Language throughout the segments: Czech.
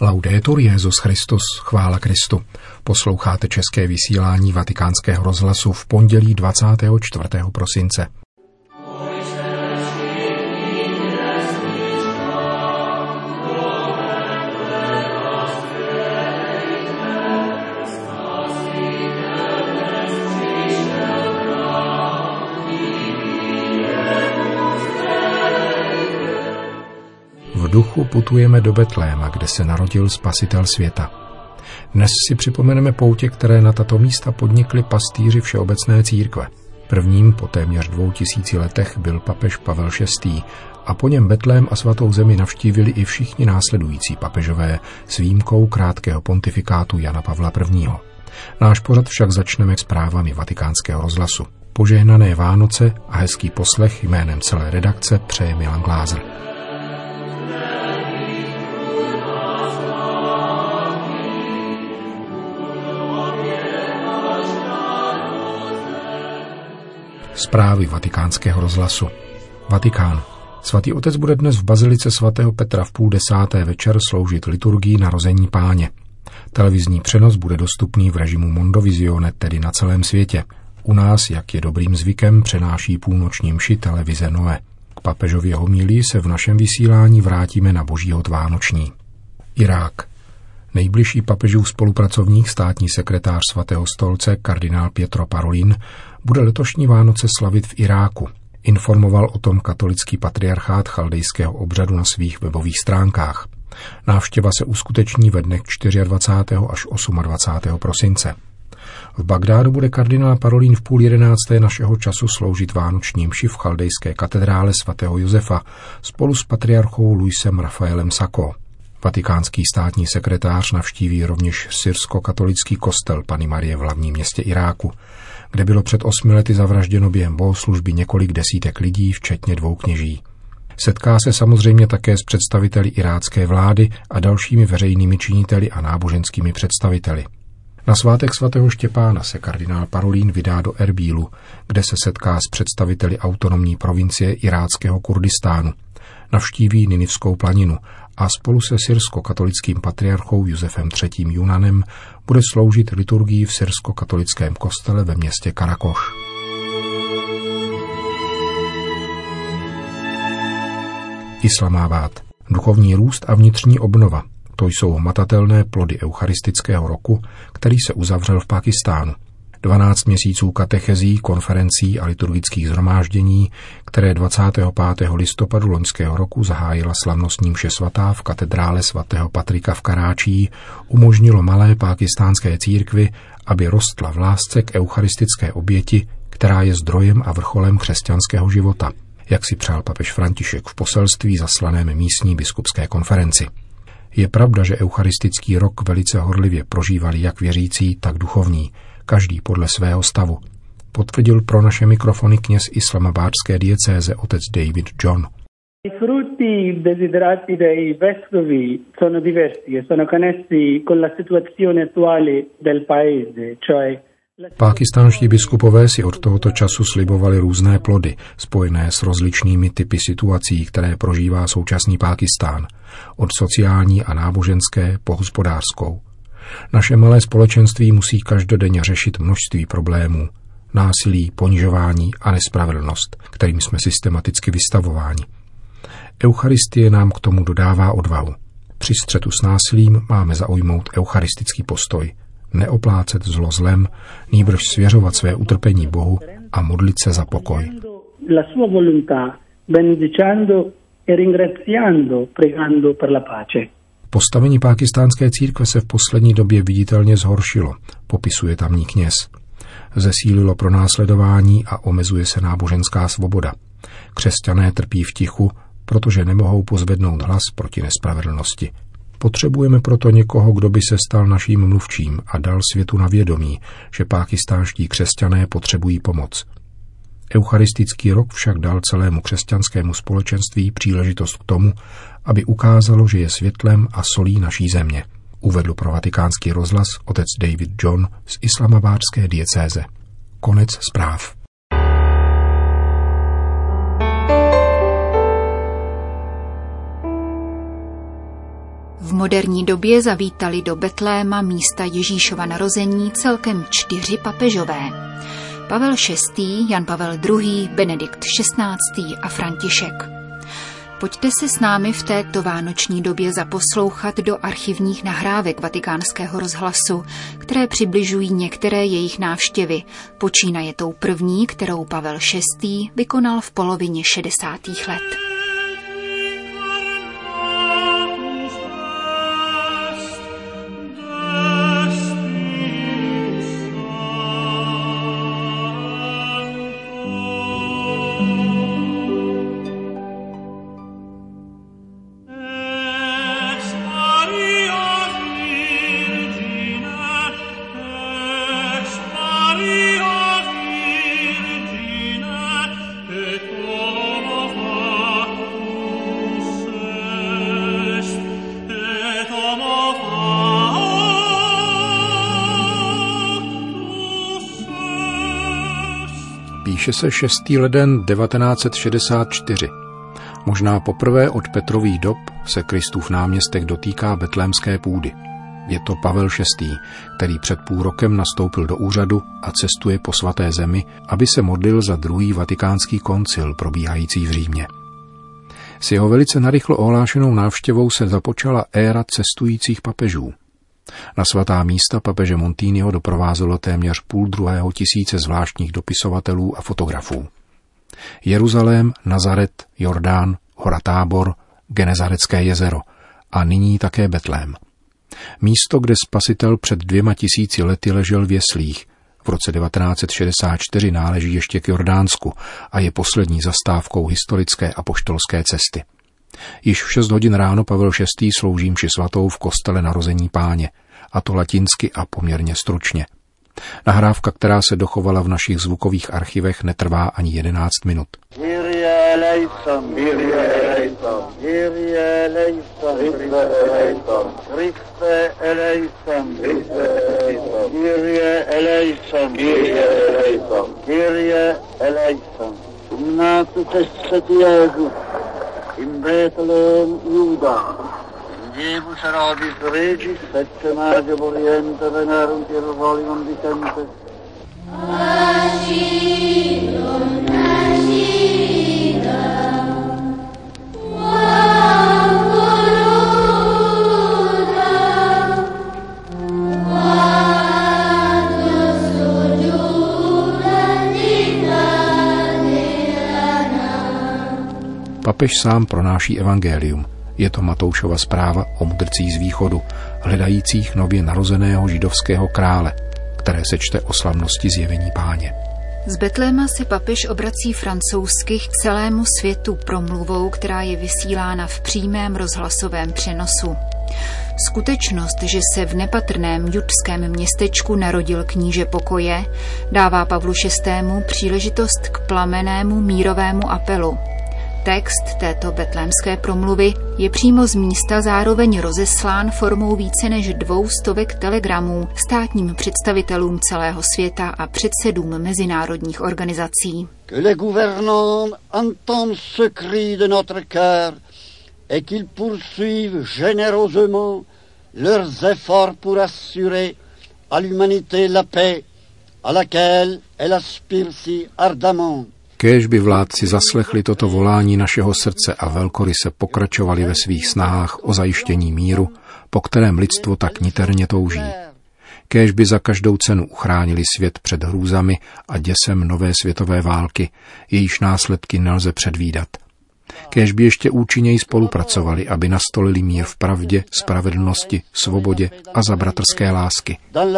Laudetur Jesus Christus, chvála Kristu. Posloucháte české vysílání Vatikánského rozhlasu v pondělí 24. prosince. V duchu putujeme do Betléma, kde se narodil Spasitel světa. Dnes si připomeneme poutě, které na tato místa podnikli pastýři Všeobecné církve. Prvním po téměř 2000 letech byl papež Pavel VI. A po něm Betlém a svatou zemi navštívili i všichni následující papežové s výjimkou krátkého pontifikátu Jana Pavla I. Náš pořad však začneme zprávami Vatikánského rozhlasu. Požehnané Vánoce a hezký poslech jménem celé redakce přeje Milan Glázer. Zprávy Vatikánského rozhlasu. Vatikán. Svatý otec bude dnes v bazilice svatého Petra v 9:30 večer sloužit liturgii narození Páně. Televizní přenos bude dostupný v režimu Mondovisione, tedy na celém světě. U nás, jak je dobrým zvykem, přenáší půlnoční mši televize Noe. K papežově homílii se v našem vysílání vrátíme na Boží hod vánoční. Irák. Nejbližší papežův spolupracovník, státní sekretář svatého stolce, kardinál Pietro Parolin, bude letošní Vánoce slavit v Iráku. Informoval o tom katolický patriarchát chaldejského obřadu na svých webových stránkách. Návštěva se uskuteční ve dnech 24. až 28. prosince. V Bagdádu bude kardinál Parolin v 10:30 našeho času sloužit vánoční mši v chaldejské katedrále svatého Josefa spolu s patriarchou Luisem Rafaelem Sacco. Vatikánský státní sekretář navštíví rovněž syrsko-katolický kostel Panny Marie v hlavním městě Iráku, kde bylo před 8 lety zavražděno během bohoslužby několik desítek lidí, včetně 2 kněží. Setká se samozřejmě také s představiteli irácké vlády a dalšími veřejnými činiteli a náboženskými představiteli. Na svátek svatého Štěpána se kardinál Parolin vydá do Erbílu, kde se setká s představiteli autonomní provincie iráckého Kurdistánu. Navštíví Ninivskou planinu a spolu se syrsko-katolickým patriarchou Josefem III. Junanem bude sloužit liturgii v syrsko-katolickém kostele ve městě Karakoš. Islamabad. Duchovní růst a vnitřní obnova. To jsou hmatatelné plody eucharistického roku, který se uzavřel v Pákistánu. 12 měsíců katechezí, konferencí a liturgických shromáždění, které 25. listopadu loňského roku zahájila slavnostní mše svatá v katedrále svatého Patrika v Karáčí, umožnilo malé pákistánské církvi, aby rostla v lásce k eucharistické oběti, která je zdrojem a vrcholem křesťanského života, jak si přál papež František v poselství zaslaném místní biskupské konferenci. Je pravda, že eucharistický rok velice horlivě prožívali jak věřící, tak duchovní, každý podle svého stavu, potvrdil pro naše mikrofony kněz islamabádské diecéze otec David John. I frutti desiderati dei vescovi sono diversi e sono connessi con la situazione attuale del paese, cioè Pákistánští biskupové si od tohoto času slibovali různé plody, spojené s rozličnými typy situací, které prožívá současný Pákistán, od sociální a náboženské po hospodářskou. Naše malé společenství musí každodenně řešit množství problémů, násilí, ponižování a nespravedlnost, kterým jsme systematicky vystavováni. Eucharistie nám k tomu dodává odvahu. Při střetu s násilím máme zaujmout eucharistický postoj, neoplácet zlo zlem, nýbrž svěřovat své utrpení Bohu a modlit se za pokoj. La sua volontà, benedicendo e ringraziando, pregando per la pace. Postavení pákistánské církve se v poslední době viditelně zhoršilo, popisuje tamní kněz. Zesílilo pronásledování a omezuje se náboženská svoboda. Křesťané trpí v tichu, protože nemohou pozvednout hlas proti nespravedlnosti. Potřebujeme proto někoho, kdo by se stal naším mluvčím a dal světu na vědomí, že pákistánští křesťané potřebují pomoc. Eucharistický rok však dal celému křesťanskému společenství příležitost k tomu, aby ukázalo, že je světlem a solí naší země, uvedl pro Vatikánský rozhlas otec David John z islamabádské diecéze. Konec zpráv. V moderní době zavítali do Betléma, místa Ježíšova narození, celkem 4 papežové. Pavel VI., Jan Pavel II., Benedikt XVI. A František. Pojďte se s námi v této vánoční době zaposlouchat do archivních nahrávek Vatikánského rozhlasu, které přibližují některé jejich návštěvy, počínaje tou první, kterou Pavel VI. Vykonal v polovině 60. let. Píše se 6. leden 1964. Možná poprvé od Petrových dob se Kristův náměstek dotýká betlémské půdy. Je to Pavel VI., který před půl rokem nastoupil do úřadu a cestuje po svaté zemi, aby se modlil za druhý vatikánský koncil probíhající v Římě. S jeho velice narychlo ohlášenou návštěvou se započala éra cestujících papežů. Na svatá místa papeže Montiniho doprovázelo téměř 500 tisíce zvláštních dopisovatelů a fotografů. Jeruzalém, Nazaret, Jordán, Hora Tábor, Genezarecké jezero a nyní také Betlém. Místo, kde Spasitel před 2000 lety ležel v jeslích, v roce 1964 náleží ještě k Jordánsku a je poslední zastávkou historické apoštolské cesty. Již v 6 hodin ráno Pavel VI. Slouží mši svatou v kostele Narození Páně, a to latinsky a poměrně stručně. Nahrávka, která se dochovala v našich zvukových archivech, netrvá ani 11 minut. In Bethlehem, Juda. Diebus Arabis Regis, et Magia Oriente venerunt Hierosolimum dicente. Papež sám pronáší evangelium. Je to Matoušova zpráva o mudrcích z východu, hledajících nově narozeného židovského krále, které se čte o slavnosti zjevení Páně. Z Betléma se papež obrací francouzsky k celému světu promluvou, která je vysílána v přímém rozhlasovém přenosu. Skutečnost, že se v nepatrném judském městečku narodil kníže pokoje, dává Pavlu VI. Příležitost k plamennému mírovému apelu. Text této betlémské promluvy je přímo z místa zároveň rozeslán formou více než 200 telegramů státním představitelům celého světa a předsedům mezinárodních organizací. Que les gouvernants entendent ce cri de notre cœur et qu'ils poursuivent généreusement leurs efforts pour assurer à l'humanité la paix à laquelle elle aspire si ardemment. Kéž by vládci zaslechli toto volání našeho srdce a velkoryse pokračovali ve svých snahách o zajištění míru, po kterém lidstvo tak niterně touží. Kéž by za každou cenu uchránili svět před hrůzami a děsem nové světové války, jejíž následky nelze předvídat. Kéž by ještě účinněji spolupracovali, aby nastolili mír v pravdě, spravedlnosti, svobodě a za bratrské lásky.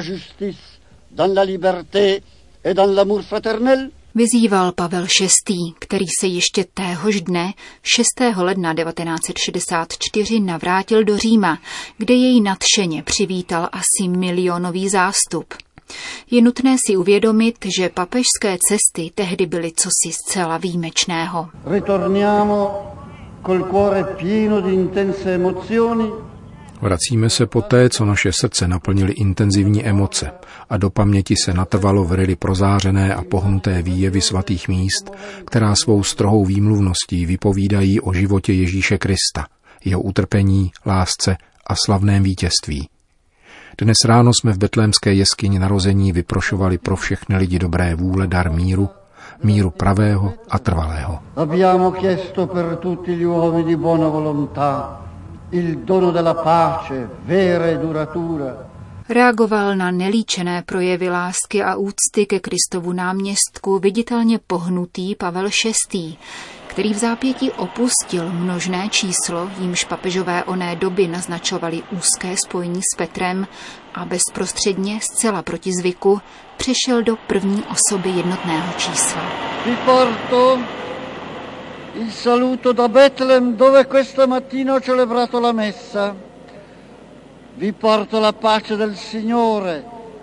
Vyzýval Pavel VI., který se ještě téhož dne, 6. ledna 1964, navrátil do Říma, kde jej nadšeně přivítal asi milionový zástup. Je nutné si uvědomit, že papežské cesty tehdy byly cosi zcela výjimečného. Vracíme se poté, co naše srdce naplnily intenzivní emoce a do paměti se natrvalo vryly prozářené a pohnuté výjevy svatých míst, která svou strohou výmluvností vypovídají o životě Ježíše Krista, jeho utrpení, lásce a slavném vítězství. Dnes ráno jsme v betlémské jeskyni narození vyprošovali pro všechny lidi dobré vůle dar míru, míru pravého a trvalého. Abbiamo chiesto per tutti gli uomini di buona volontà il dono della pace vera e duratura. Reagoval na nelíčené projevy lásky a úcty ke Kristovu náměstku viditelně pohnutý Pavel VI., který v zápětí opustil množné číslo, jímž papežové oné doby naznačovali úzké spojení s Petrem a bezprostředně, zcela proti zvyku, přešel do první osoby jednotného čísla. Vi porto il saluto da Betlem, dove questa mattina ho celebrato la messa. Vi porto la pace del Signore.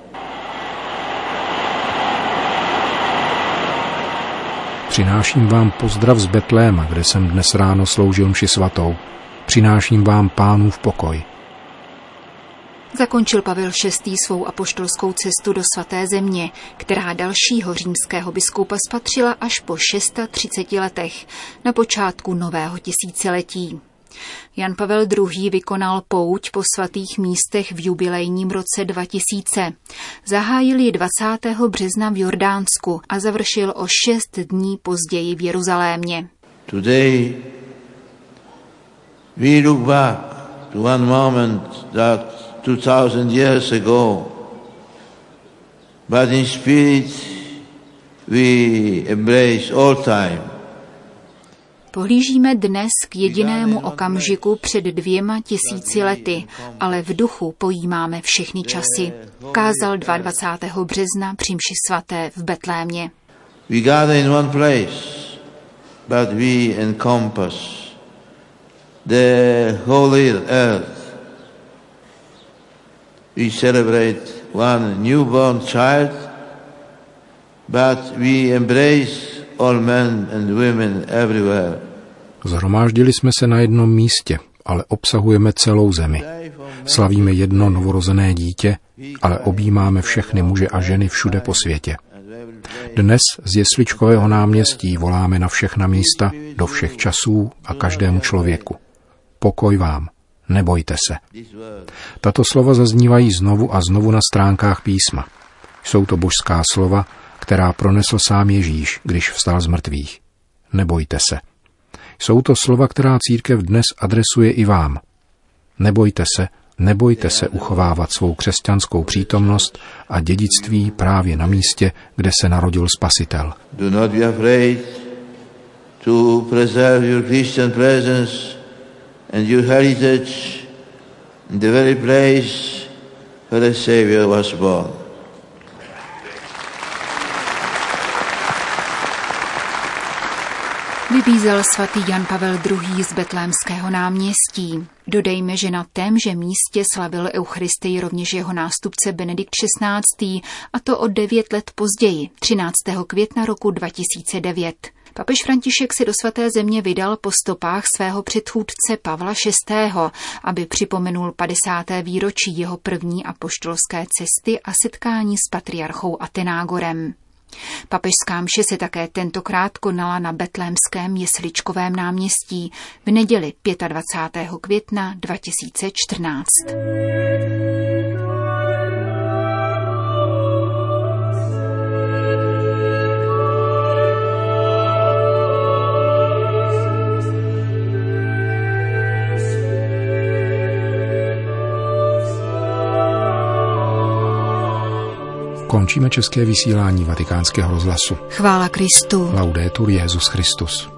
Přináším vám pozdrav z Betléma, kde jsem dnes ráno sloužil mši svatou. Přináším vám Pánův pokoj. Zakončil Pavel VI. Svou apoštolskou cestu do svaté země, která dalšího římského biskupa spatřila až po 630 letech, na počátku nového tisíciletí. Jan Pavel II. Vykonal pouť po svatých místech v jubilejním roce 2000. Zahájil ji 20. března v Jordánsku a završil o 6 dní později v Jeruzalémě. Today we look back to one moment that 2000 years ago, but in spirit we embrace all time. Pohlížíme dnes k jedinému okamžiku před 2000 lety, ale v duchu pojímáme všechny časy, kázal 22. března při mši svaté v Betlémě. We gather in one place, but we encompass the whole earth. We celebrate one newborn child, but we embrace all men and women everywhere. Zhromáždili jsme se na jednom místě, ale obsahujeme celou zemi. Slavíme jedno novorozené dítě, ale objímáme všechny muže a ženy všude po světě. Dnes z jesličkového náměstí voláme na všechna místa, do všech časů a každému člověku. Pokoj vám, nebojte se. Tato slova zaznívají znovu a znovu na stránkách písma. Jsou to božská slova, která pronesl sám Ježíš, když vstal z mrtvých. Nebojte se. Jsou to slova, která církev dnes adresuje i vám. Nebojte se uchovávat svou křesťanskou přítomnost a dědictví právě na místě, kde se narodil Spasitel. Do not be afraid to preserve your Christian presence and your heritage in the very place where the Savior was born. Vybízel svatý Jan Pavel II. Z Betlémského náměstí. Dodejme, že na témže místě slavil Eucharistii rovněž jeho nástupce Benedikt XVI. A to o 9 let později, 13. května roku 2009. Papež František se do svaté země vydal po stopách svého předchůdce Pavla VI., aby připomenul 50. výročí jeho první apoštolské cesty a setkání s patriarchou Athenágorem. Papežská mše se také tentokrát konala na betlémském jesličkovém náměstí v neděli 25. května 2014. Končíme české vysílání Vatikánského rozhlasu. Chvála Kristu. Laudetur Jesus Christus.